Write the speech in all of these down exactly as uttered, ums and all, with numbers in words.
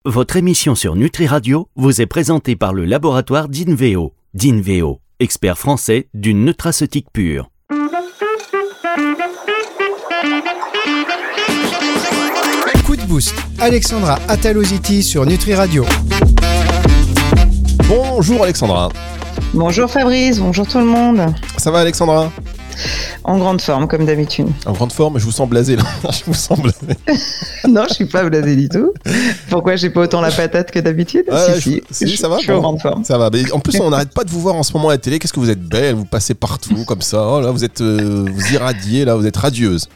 Votre émission sur Nutri Radio vous est présentée par le laboratoire d'Inveo. D'Inveo, expert français d'une nutraceutique pure. Coup de boost, Alexandra Ataloziti sur Nutri Radio. Bonjour Alexandra. Bonjour Fabrice, bonjour tout le monde. Ça va Alexandra ? En grande forme comme d'habitude. En grande forme, je vous sens blasé là. Je vous sens blasé. Non, je suis pas blasé du tout. Pourquoi j'ai pas autant la patate que d'habitude ? Ah, Si, si, si, je, ça va. je suis bon, en grande forme. Ça va. Mais en plus, on n'arrête pas de vous voir en ce moment à la télé. Qu'est-ce que vous êtes belle, vous passez partout comme ça. Oh là, vous êtes, euh, vous irradiez là, vous êtes radieuse.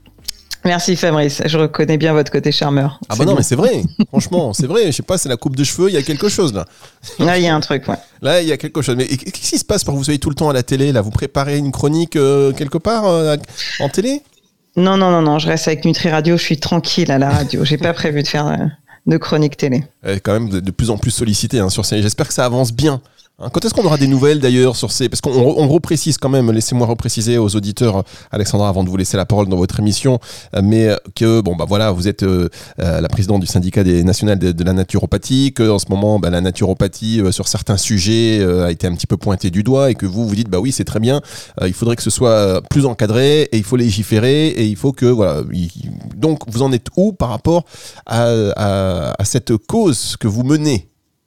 Merci Fabrice, je reconnais bien votre côté charmeur. Ah c'est bah non, bon. mais c'est vrai. Franchement, c'est vrai. Je sais pas, c'est la coupe de cheveux. Il y a quelque chose là. Là, il y a un truc, ouais. Là, il y a quelque chose. Mais qu'est-ce qui se passe pour que vous soyez tout le temps à la télé là ? Vous préparez une chronique euh, quelque part euh, en télé ? Non, non, non, non, je reste avec Nutri Radio, je suis tranquille à la radio. J'ai pas prévu de faire euh, de chronique télé. Elle est quand même de, de plus en plus sollicitée hein, sur ces. J'espère que ça avance bien. Hein, quand est-ce qu'on aura des nouvelles d'ailleurs sur ces... Parce qu'on on reprécise quand même, laissez-moi repréciser aux auditeurs, Alexandra, avant de vous laisser la parole dans votre émission, mais que, bon, bah voilà, vous êtes euh, la présidente du syndicat des national de, de la naturopathie, qu'en ce moment, bah, la naturopathie, euh, sur certains sujets, euh, a été un petit peu pointée du doigt, et que vous, vous dites, bah oui, c'est très bien, euh, il faudrait que ce soit plus encadré, et il faut légiférer, et il faut que, voilà... Il... Donc, vous en êtes où par rapport à, à, à cette cause que vous menez ?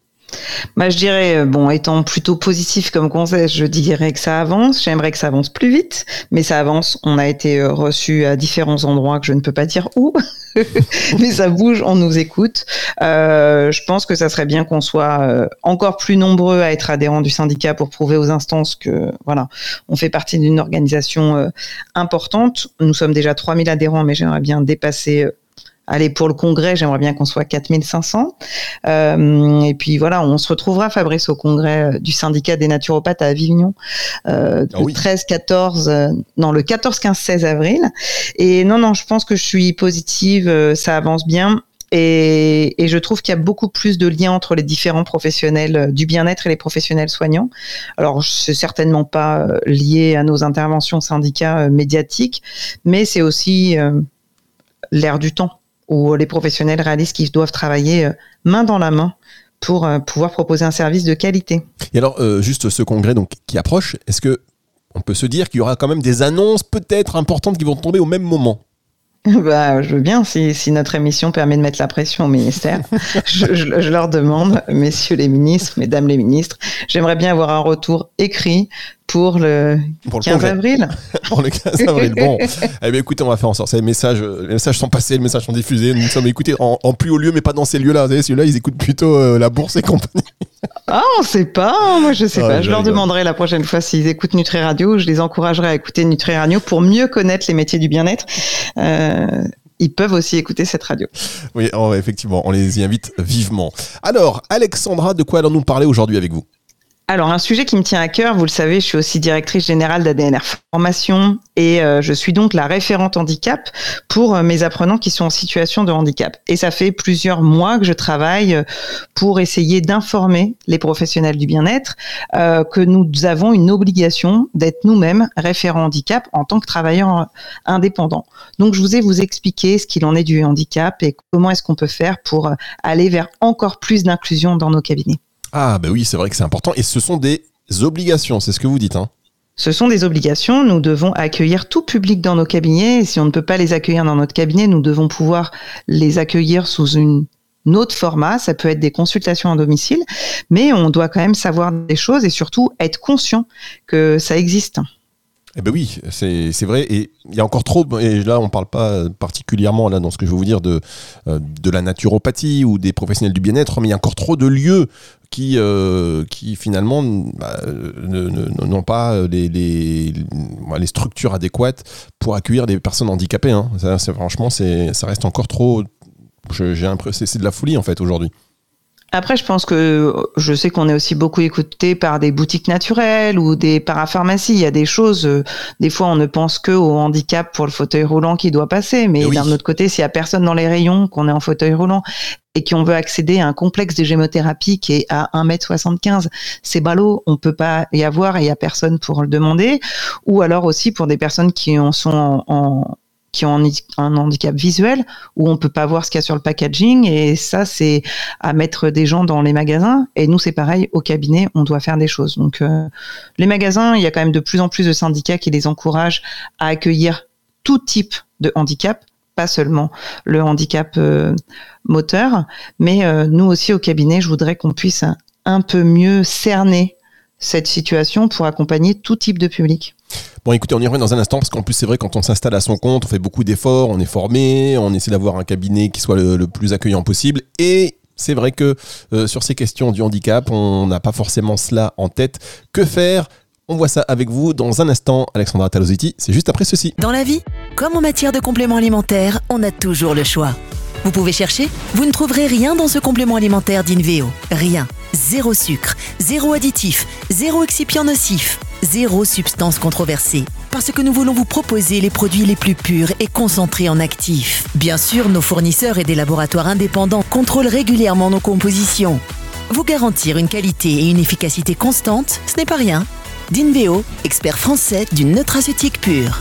Bah, je dirais, bon, étant plutôt positif comme conseil, je dirais que ça avance. J'aimerais que ça avance plus vite, mais ça avance. On a été reçus à différents endroits que je ne peux pas dire où, mais ça bouge, on nous écoute. Euh, je pense que ça serait bien qu'on soit encore plus nombreux à être adhérents du syndicat pour prouver aux instances que, voilà, on fait partie d'une organisation importante. Nous sommes déjà trois mille adhérents, mais j'aimerais bien dépasser... Allez, pour le congrès, j'aimerais bien qu'on soit quatre mille cinq cents. Euh, et puis voilà, on se retrouvera, Fabrice, au congrès du syndicat des naturopathes à Avignon, euh, oh oui. le treize, quatorze, euh, non, le quatorze, quinze, seize avril. Et non, non, je pense que je suis positive, euh, ça avance bien. Et, et je trouve qu'il y a beaucoup plus de liens entre les différents professionnels du bien-être et les professionnels soignants. Alors, c'est certainement pas lié à nos interventions syndicats euh, médiatiques, mais c'est aussi euh, l'air du temps, où les professionnels réalisent qu'ils doivent travailler main dans la main pour pouvoir proposer un service de qualité. Et alors, euh, juste ce congrès donc, qui approche, est-ce que on peut se dire qu'il y aura quand même des annonces peut-être importantes qui vont tomber au même moment ? Bah, je veux bien, si, si notre émission permet de mettre la pression au ministère. je, je, je leur demande, messieurs les ministres, mesdames les ministres, j'aimerais bien avoir un retour écrit pour le, pour le quinze avril. Pour le quinze avril, bon. Eh bien, écoutez, on va faire en sorte. Les messages, les messages sont passés, les messages sont diffusés. Nous sommes écoutés en, en plus haut lieu, mais pas dans ces lieux-là. Vous savez, celui-là, ils écoutent plutôt euh, la bourse et compagnie. Ah, on sait pas. Moi, je sais ah, pas. Je, je leur rigole. demanderai la prochaine fois s'ils écoutent Nutri Radio. Je les encouragerai à écouter Nutri Radio pour mieux connaître les métiers du bien-être. Euh, Ils peuvent aussi écouter cette radio. Oui, oh, effectivement, on les y invite vivement. Alors, Alexandra, de quoi allons-nous parler aujourd'hui avec vous ? Alors, un sujet qui me tient à cœur, vous le savez, je suis aussi directrice générale d'A D N R Formation et euh, je suis donc la référente handicap pour euh, mes apprenants qui sont en situation de handicap. Et ça fait plusieurs mois que je travaille pour essayer d'informer les professionnels du bien-être euh, que nous avons une obligation d'être nous-mêmes référents handicap en tant que travailleurs indépendants. Donc, je vous ai vous expliqué ce qu'il en est du handicap et comment est-ce qu'on peut faire pour aller vers encore plus d'inclusion dans nos cabinets. Ah ben oui, c'est vrai que c'est important. Et ce sont des obligations, c'est ce que vous dites, hein ? Ce sont des obligations. Nous devons accueillir tout public dans nos cabinets. Et si on ne peut pas les accueillir dans notre cabinet, nous devons pouvoir les accueillir sous une autre format. Ça peut être des consultations à domicile, mais on doit quand même savoir des choses et surtout être conscient que ça existe. Eh ben oui, c'est, c'est vrai. Et il y a encore trop, et là on ne parle pas particulièrement là, dans ce que je vais vous dire de, de la naturopathie ou des professionnels du bien-être, mais il y a encore trop de lieux qui, euh, qui finalement bah, ne, ne, n'ont pas les, les, les structures adéquates pour accueillir des personnes handicapées. Hein. Ça, c'est, franchement, c'est, ça reste encore trop... Je, j'ai l'impression, c'est, c'est de la folie en fait aujourd'hui. Après, je pense que je sais qu'on est aussi beaucoup écouté par des boutiques naturelles ou des parapharmacies. Il y a des choses, euh, des fois, on ne pense que au handicap pour le fauteuil roulant qui doit passer. Mais oui. D'un autre côté, s'il y a personne dans les rayons, qu'on est en fauteuil roulant et qu'on veut accéder à un complexe de gémothérapie qui est à un mètre soixante-quinze, c'est ballot, on peut pas y avoir et il y a personne pour le demander. Ou alors aussi pour des personnes qui en sont en, en qui ont un handicap visuel, où on peut pas voir ce qu'il y a sur le packaging, et ça, c'est à mettre des gens dans les magasins. Et nous, c'est pareil, au cabinet, on doit faire des choses. Donc, euh, les magasins, il y a quand même de plus en plus de syndicats qui les encouragent à accueillir tout type de handicap, pas seulement le handicap euh, moteur, mais euh, nous aussi, au cabinet, je voudrais qu'on puisse un, un peu mieux cerner cette situation pour accompagner tout type de public. Bon, écoutez, on y revient dans un instant, parce qu'en plus, c'est vrai, quand on s'installe à son compte, on fait beaucoup d'efforts, on est formé, on essaie d'avoir un cabinet qui soit le, le plus accueillant possible. Et c'est vrai que euh, sur ces questions du handicap, on n'a pas forcément cela en tête. Que faire ? On voit ça avec vous dans un instant. Alexandra Talositti, c'est juste après ceci. Dans la vie, comme en matière de compléments alimentaires, on a toujours le choix. Vous pouvez chercher, vous ne trouverez rien dans ce complément alimentaire d'Inveo. Rien. Zéro sucre, zéro additif, zéro excipient nocif, zéro substance controversée. Parce que nous voulons vous proposer les produits les plus purs et concentrés en actifs. Bien sûr, nos fournisseurs et des laboratoires indépendants contrôlent régulièrement nos compositions. Vous garantir une qualité et une efficacité constante, ce n'est pas rien. D'Inveo, expert français du nutraceutique pur.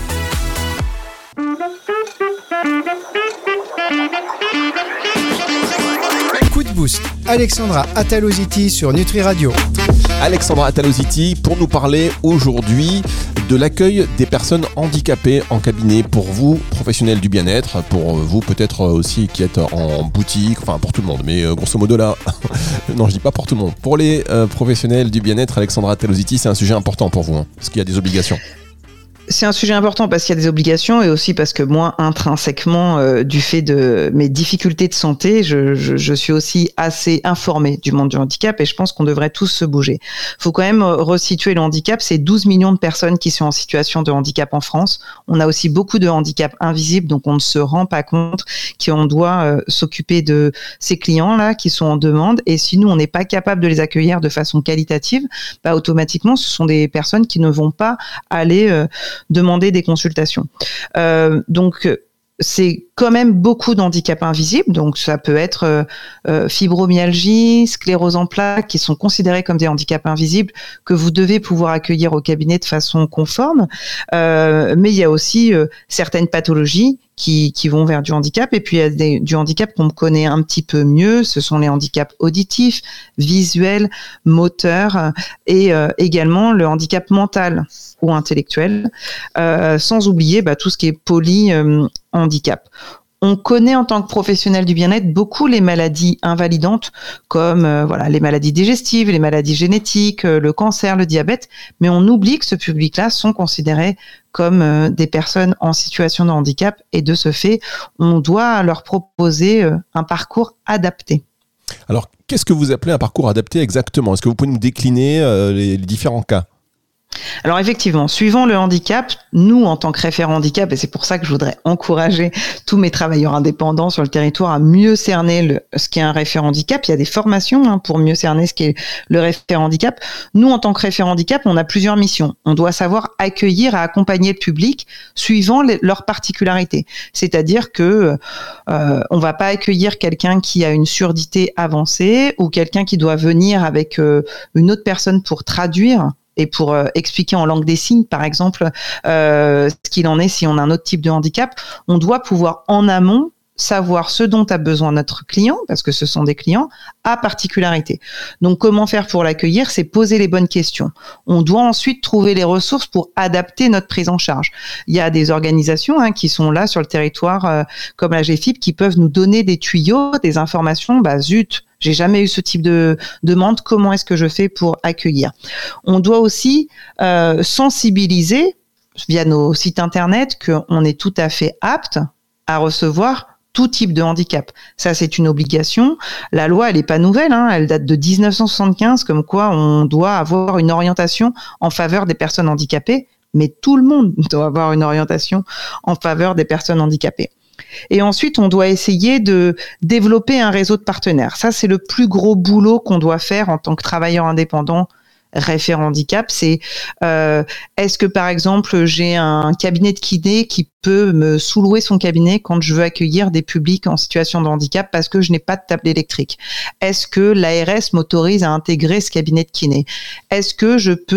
Coup de boost, Alexandra Ataloziti sur Nutri Radio. Alexandra Ataloziti pour nous parler aujourd'hui de l'accueil des personnes handicapées en cabinet. Pour vous, professionnels du bien-être, pour vous peut-être aussi qui êtes en boutique, enfin pour tout le monde, mais grosso modo là, non je dis pas pour tout le monde. Pour les euh, professionnels du bien-être, Alexandra Ataloziti, c'est un sujet important pour vous, hein, parce qu'il y a des obligations. C'est un sujet important parce qu'il y a des obligations et aussi parce que moi, intrinsèquement, euh, du fait de mes difficultés de santé, je, je, je suis aussi assez informée du monde du handicap et je pense qu'on devrait tous se bouger. Il faut quand même resituer le handicap. C'est douze millions de personnes qui sont en situation de handicap en France. On a aussi beaucoup de handicaps invisibles, donc on ne se rend pas compte qu'on doit euh, s'occuper de ces clients-là qui sont en demande. Et si nous, on n'est pas capable de les accueillir de façon qualitative, bah, automatiquement, ce sont des personnes qui ne vont pas aller... Euh, demander des consultations. Euh, donc, c'est quand même beaucoup d'handicaps invisibles. Donc, ça peut être euh, euh, fibromyalgie, sclérose en plaques, qui sont considérés comme des handicaps invisibles que vous devez pouvoir accueillir au cabinet de façon conforme. Euh, mais il y a aussi euh, certaines pathologies qui, qui vont vers du handicap. Et puis, il y a des, du handicap qu'on connaît un petit peu mieux. Ce sont les handicaps auditifs, visuels, moteurs et euh, également le handicap mental ou intellectuel. Euh, sans oublier bah, tout ce qui est poly euh, handicap. On connaît en tant que professionnel du bien-être beaucoup les maladies invalidantes comme euh, voilà les maladies digestives, les maladies génétiques, euh, le cancer, le diabète, mais on oublie que ce public-là sont considérés comme euh, des personnes en situation de handicap et de ce fait, on doit leur proposer euh, un parcours adapté. Alors, qu'est-ce que vous appelez un parcours adapté exactement ? Est-ce que vous pouvez nous décliner euh, les, les différents cas ? Alors effectivement, suivant le handicap, nous en tant que référent handicap, et c'est pour ça que je voudrais encourager tous mes travailleurs indépendants sur le territoire à mieux cerner le, ce qu'est un référent handicap. Il y a des formations hein, pour mieux cerner ce qu'est le référent handicap. Nous en tant que référent handicap, on a plusieurs missions. On doit savoir accueillir et accompagner le public suivant les, leurs particularités. C'est-à-dire que euh, on va pas accueillir quelqu'un qui a une surdité avancée ou quelqu'un qui doit venir avec euh, une autre personne pour traduire et pour euh, expliquer en langue des signes, par exemple, euh, ce qu'il en est si on a un autre type de handicap. On doit pouvoir en amont savoir ce dont a besoin notre client, parce que ce sont des clients à particularité. Donc, comment faire pour l'accueillir ? C'est poser les bonnes questions. On doit ensuite trouver les ressources pour adapter notre prise en charge. Il y a des organisations hein, qui sont là sur le territoire, euh, comme la G F I P, qui peuvent nous donner des tuyaux, des informations. Bah zut, j'ai jamais eu ce type de demande. Comment est-ce que je fais pour accueillir ? On doit aussi euh, sensibiliser via nos sites internet qu'on est tout à fait apte à recevoir tout type de handicap. Ça, c'est une obligation. La loi, elle n'est pas nouvelle, hein, elle date de dix-neuf cent soixante-quinze, comme quoi on doit avoir une orientation en faveur des personnes handicapées, mais tout le monde doit avoir une orientation en faveur des personnes handicapées. Et ensuite, on doit essayer de développer un réseau de partenaires. Ça, c'est le plus gros boulot qu'on doit faire en tant que travailleur indépendant référent handicap, c'est euh, est-ce que par exemple j'ai un cabinet de kiné qui peut me sous-louer son cabinet quand je veux accueillir des publics en situation de handicap parce que je n'ai pas de table électrique ? Est-ce que l'A R S m'autorise à intégrer ce cabinet de kiné ? Est-ce que je peux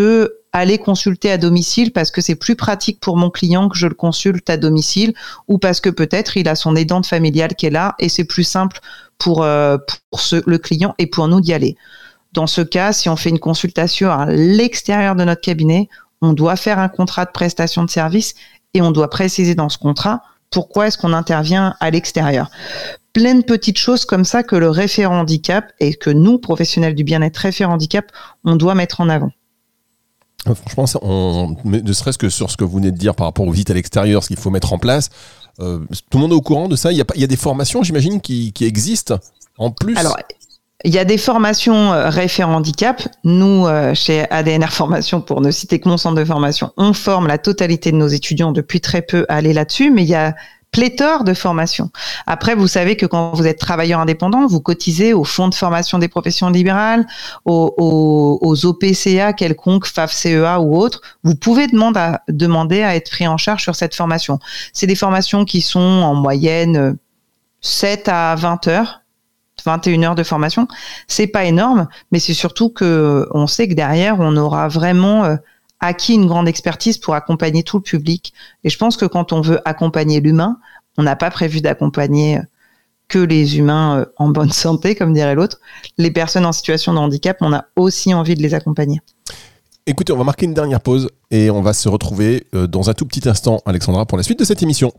aller consulter à domicile parce que c'est plus pratique pour mon client que je le consulte à domicile, ou parce que peut-être il a son aidante familiale qui est là et c'est plus simple pour, euh, pour ce, le client et pour nous d'y aller. Dans ce cas, si on fait une consultation à l'extérieur de notre cabinet, on doit faire un contrat de prestation de service et on doit préciser dans ce contrat pourquoi est-ce qu'on intervient à l'extérieur. Plein de petites choses comme ça que le référent handicap et que nous, professionnels du bien-être référent handicap, on doit mettre en avant. Franchement, ça, on, ne serait-ce que sur ce que vous venez de dire par rapport aux visites à l'extérieur, ce qu'il faut mettre en place, euh, tout le monde est au courant de ça. Il y a, il y a des formations, j'imagine, qui, qui existent en plus. Alors, il y a des formations euh, référents handicap. Nous, euh, chez A D N R Formation, pour ne citer que mon centre de formation, on forme la totalité de nos étudiants depuis très peu à aller là-dessus, mais il y a pléthore de formations. Après, vous savez que quand vous êtes travailleur indépendant, vous cotisez au Fonds de formation des professions libérales, aux, aux, aux O P C A quelconques, F A F C E A ou autres. Vous pouvez demander à, demander à être pris en charge sur cette formation. C'est des formations qui sont en moyenne sept à vingt heures. vingt et une heures de formation. C'est pas énorme, mais c'est surtout que on sait que derrière, on aura vraiment euh, acquis une grande expertise pour accompagner tout le public. Et je pense que quand on veut accompagner l'humain, on n'a pas prévu d'accompagner que les humains euh, en bonne santé, comme dirait l'autre. Les personnes en situation de handicap, on a aussi envie de les accompagner. Écoutez, on va marquer une dernière pause et on va se retrouver euh, dans un tout petit instant, Alexandra, pour la suite de cette émission.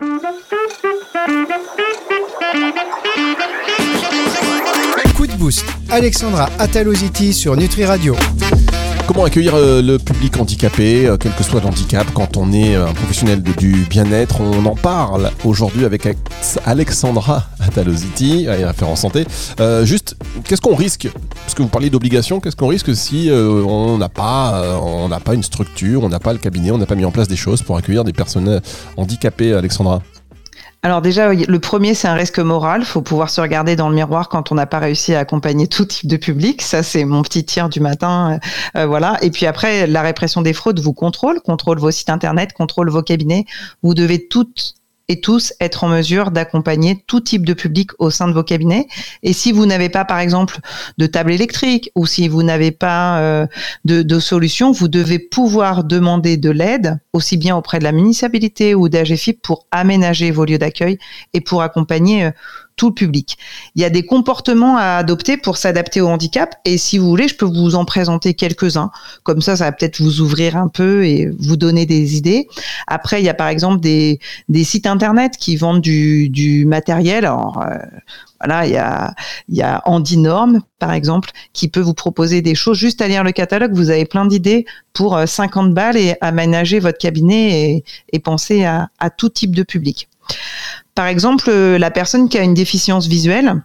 Coup de boost, Alexandra Ataloziti sur Nutri Radio. Comment accueillir euh, le public handicapé, euh, quel que soit l'handicap, quand on est euh, un professionnel de, du bien-être? On en parle aujourd'hui avec Alexandra Ataloziti, référent santé. Euh, juste, qu'est-ce qu'on risque? Parce que vous parliez d'obligation, qu'est-ce qu'on risque si euh, on n'a pas, euh, on n'a pas une structure, on n'a pas le cabinet, on n'a pas mis en place des choses pour accueillir des personnes handicapées, Alexandra? Alors déjà, le premier, c'est un risque moral. Il faut pouvoir se regarder dans le miroir quand on n'a pas réussi à accompagner tout type de public. Ça, c'est mon petit tir du matin. Euh, voilà. Et puis après, la répression des fraudes vous contrôle, contrôle vos sites internet, contrôle vos cabinets. Vous devez toutes et tous être en mesure d'accompagner tout type de public au sein de vos cabinets. Et si vous n'avez pas, par exemple, de table électrique ou si vous n'avez pas euh, de, de solution, vous devez pouvoir demander de l'aide, aussi bien auprès de la municipalité ou d'A G F I P, pour aménager vos lieux d'accueil et pour accompagner euh, tout le public. Il y a des comportements à adopter pour s'adapter au handicap et si vous voulez, je peux vous en présenter quelques-uns. Comme ça, ça va peut-être vous ouvrir un peu et vous donner des idées. Après, il y a par exemple des, des sites internet qui vendent du, du matériel. Alors, euh, voilà, il y a, il y a Handinorm, par exemple, qui peut vous proposer des choses. Juste à lire le catalogue, vous avez plein d'idées pour cinquante balles et aménager votre cabinet et, et penser à, à tout type de public. Par exemple, la personne qui a une déficience visuelle,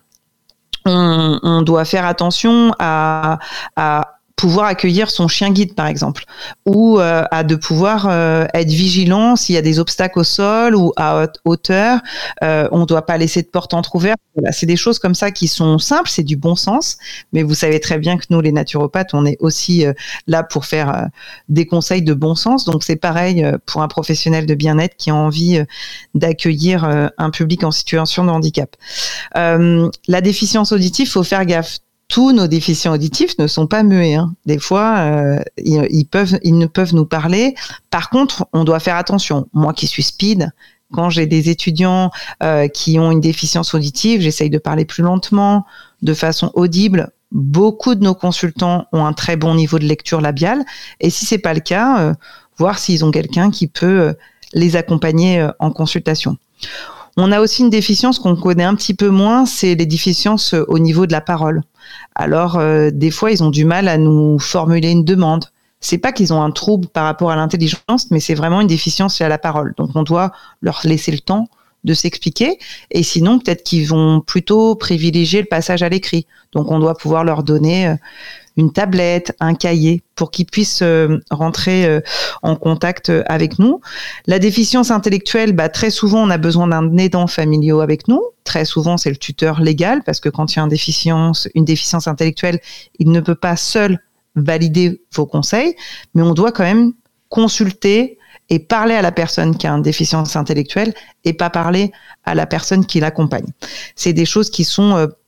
on, on doit faire attention à, à pouvoir accueillir son chien guide, par exemple, ou euh, à de pouvoir euh, être vigilant s'il y a des obstacles au sol ou à haute hauteur. Euh, on ne doit pas laisser de porte entrouverte. Voilà, c'est des choses comme ça qui sont simples, c'est du bon sens, mais vous savez très bien que nous, les naturopathes, on est aussi euh, là pour faire euh, des conseils de bon sens. Donc c'est pareil euh, pour un professionnel de bien-être qui a envie euh, d'accueillir euh, un public en situation de handicap. Euh, la déficience auditive, faut faire gaffe. Tous nos déficients auditifs ne sont pas muets. Hein. Des fois, euh, ils, ils, peuvent, ils ne peuvent nous parler. Par contre, on doit faire attention. Moi qui suis speed, quand j'ai des étudiants euh, qui ont une déficience auditive, j'essaye de parler plus lentement, de façon audible. Beaucoup de nos consultants ont un très bon niveau de lecture labiale. Et si c'est pas le cas, euh, voir s'ils ont quelqu'un qui peut euh, les accompagner euh, en consultation. On a aussi une déficience qu'on connaît un petit peu moins, c'est les déficiences au niveau de la parole. Alors, euh, des fois, ils ont du mal à nous formuler une demande. C'est pas qu'ils ont un trouble par rapport à l'intelligence, mais c'est vraiment une déficience à la parole. Donc, on doit leur laisser le temps de s'expliquer. Et sinon, peut-être qu'ils vont plutôt privilégier le passage à l'écrit. Donc, on doit pouvoir leur donner euh, une tablette, un cahier, pour qu'ils puissent euh, rentrer euh, en contact avec nous. La déficience intellectuelle, bah, très souvent, on a besoin d'un aidant familial avec nous. Très souvent, c'est le tuteur légal, parce que quand il y a une déficience, une déficience intellectuelle, il ne peut pas seul valider vos conseils, mais on doit quand même consulter et parler à la personne qui a une déficience intellectuelle et pas parler à la personne qui l'accompagne. C'est des choses qui sont euh,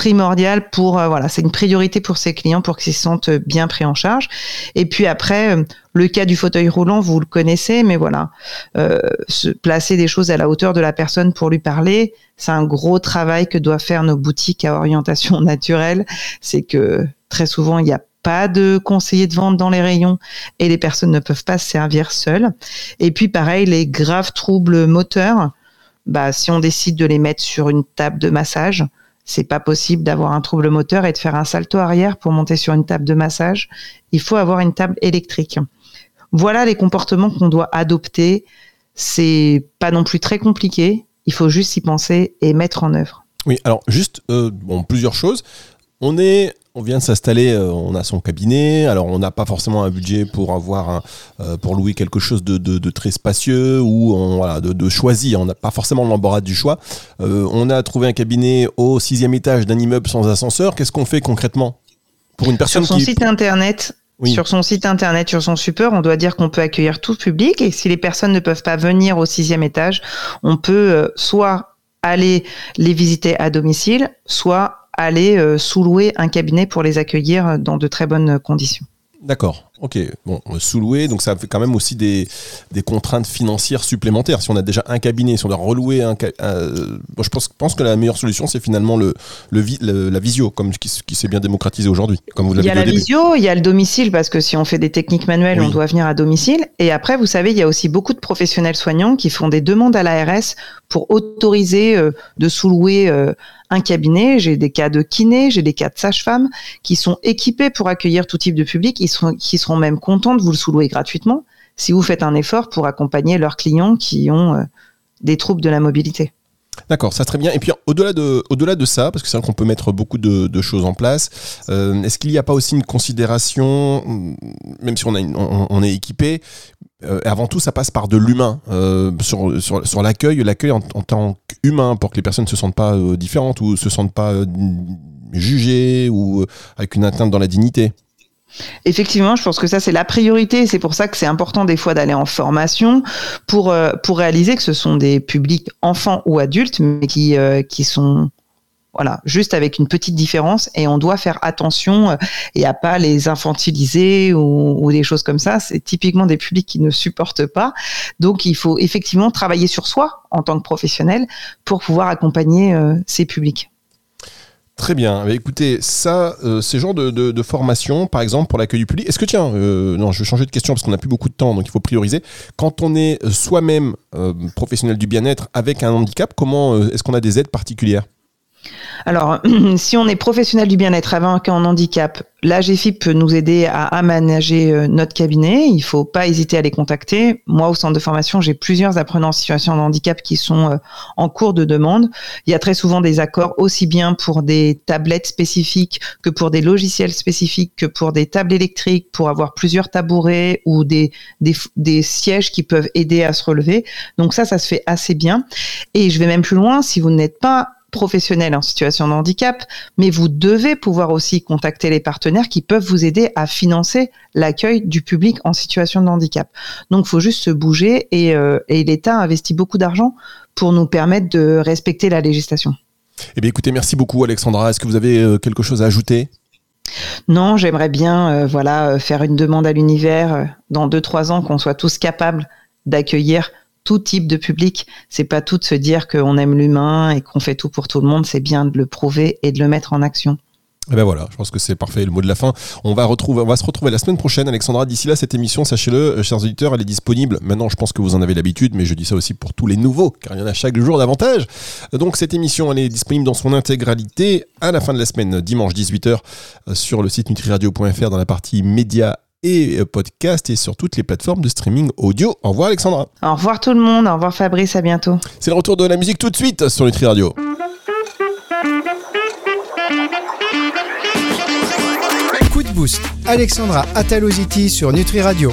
primordial pour euh, voilà, c'est une priorité pour ses clients pour qu'ils se sentent bien pris en charge. Et puis après, euh, le cas du fauteuil roulant, vous le connaissez, mais voilà, euh, se placer des choses à la hauteur de la personne pour lui parler, c'est un gros travail que doivent faire nos boutiques à orientation naturelle. C'est que très souvent, il n'y a pas de conseiller de vente dans les rayons et les personnes ne peuvent pas se servir seules. Et puis pareil, les graves troubles moteurs, bah, si on décide de les mettre sur une table de massage, c'est pas possible d'avoir un trouble moteur et de faire un salto arrière pour monter sur une table de massage. Il faut avoir une table électrique. Voilà les comportements qu'on doit adopter. C'est pas non plus très compliqué. Il faut juste y penser et mettre en œuvre. Oui, alors juste, euh, bon, plusieurs choses. On est, on vient de s'installer, euh, on a son cabinet. Alors, on n'a pas forcément un budget pour avoir, un, euh, pour louer quelque chose de, de, de très spacieux ou on, voilà, de, de choisi. On n'a pas forcément l'embarras du choix. Euh, on a trouvé un cabinet au sixième étage d'un immeuble sans ascenseur. Qu'est-ce qu'on fait concrètement pour une personne sur son qui... site internet? Oui. Sur son site internet, sur son support, on doit dire qu'on peut accueillir tout public et si les personnes ne peuvent pas venir au sixième étage, on peut euh, soit aller les visiter à domicile, soit aller euh, sous-louer un cabinet pour les accueillir dans de très bonnes conditions. D'accord. Ok, bon, sous-louer, donc ça fait quand même aussi des, des contraintes financières supplémentaires. Si on a déjà un cabinet, si on doit relouer un, un bon, je pense, pense que la meilleure solution, c'est finalement le, le, le la visio, comme qui, qui s'est bien démocratisé aujourd'hui. Comme vous l'avez dit au début. Il y a la visio, il y a le domicile, parce que si on fait des techniques manuelles, oui. on doit venir à domicile. Et après, vous savez, il y a aussi beaucoup de professionnels soignants qui font des demandes à l'A R S pour autoriser euh, de sous-louer euh, un cabinet. J'ai des cas de kiné, j'ai des cas de sage-femme qui sont équipés pour accueillir tout type de public, ils seront, qui seront même contents de vous le sous-louer gratuitement si vous faites un effort pour accompagner leurs clients qui ont euh, des troubles de la mobilité. D'accord, ça très bien. Et puis au-delà de, au-delà de ça, parce que c'est vrai qu'on peut mettre beaucoup de, de choses en place, euh, est-ce qu'il n'y a pas aussi une considération, même si on, a une, on, on est équipé, euh, avant tout ça passe par de l'humain, euh, sur, sur, sur l'accueil, l'accueil en, en tant qu'humain, pour que les personnes ne se sentent pas euh, différentes ou ne se sentent pas euh, jugées ou euh, avec une atteinte dans la dignité. Effectivement, je pense que ça c'est la priorité. C'est pour ça que c'est important des fois d'aller en formation pour euh, pour réaliser que ce sont des publics enfants ou adultes, mais qui euh, qui sont voilà juste avec une petite différence et on doit faire attention euh, et à pas les infantiliser ou, ou des choses comme ça. C'est typiquement des publics qui ne supportent pas. Donc il faut effectivement travailler sur soi en tant que professionnel pour pouvoir accompagner euh, ces publics. Très bien. Écoutez, ça, euh, ces genres de, de, de formation, par exemple, pour l'accueil du public, est-ce que, tiens, euh, non, je vais changer de question parce qu'on n'a plus beaucoup de temps, donc il faut prioriser. Quand on est soi-même euh, professionnel du bien-être avec un handicap, comment euh, est-ce qu'on a des aides particulières ? Alors, si on est professionnel du bien-être avec un handicap, l'A G F I P peut nous aider à aménager notre cabinet. Il ne faut pas hésiter à les contacter. Moi, au centre de formation, j'ai plusieurs apprenants en situation de handicap qui sont en cours de demande. Il y a très souvent des accords aussi bien pour des tablettes spécifiques que pour des logiciels spécifiques, que pour des tables électriques, pour avoir plusieurs tabourets ou des, des, des sièges qui peuvent aider à se relever. Donc ça, ça se fait assez bien. Et je vais même plus loin. Si vous n'êtes pas professionnel en situation de handicap, mais vous devez pouvoir aussi contacter les partenaires qui peuvent vous aider à financer l'accueil du public en situation de handicap. Donc, il faut juste se bouger et, euh, et l'État investit beaucoup d'argent pour nous permettre de respecter la législation. Eh bien, écoutez, merci beaucoup, Alexandra. Est-ce que vous avez euh, quelque chose à ajouter ? Non, j'aimerais bien euh, voilà, faire une demande à l'univers euh, dans deux trois ans qu'on soit tous capables d'accueillir tout type de public. C'est pas tout de se dire qu'on aime l'humain et qu'on fait tout pour tout le monde, c'est bien de le prouver et de le mettre en action. Et ben voilà, je pense que c'est parfait, le mot de la fin. On va retrouver, on va se retrouver la semaine prochaine, Alexandra. D'ici là, cette émission, sachez-le, chers auditeurs, elle est disponible. Maintenant, je pense que vous en avez l'habitude, mais je dis ça aussi pour tous les nouveaux, car il y en a chaque jour davantage. Donc, cette émission, elle est disponible dans son intégralité à la fin de la semaine, dimanche dix-huit heures, sur le site nutriradio point f r dans la partie médias et podcast et sur toutes les plateformes de streaming audio. Au revoir Alexandra. Au revoir tout le monde, au revoir Fabrice, à bientôt. C'est le retour de la musique tout de suite sur Nutri Radio. Coup de boost, Alexandra Ataloziti sur Nutri Radio.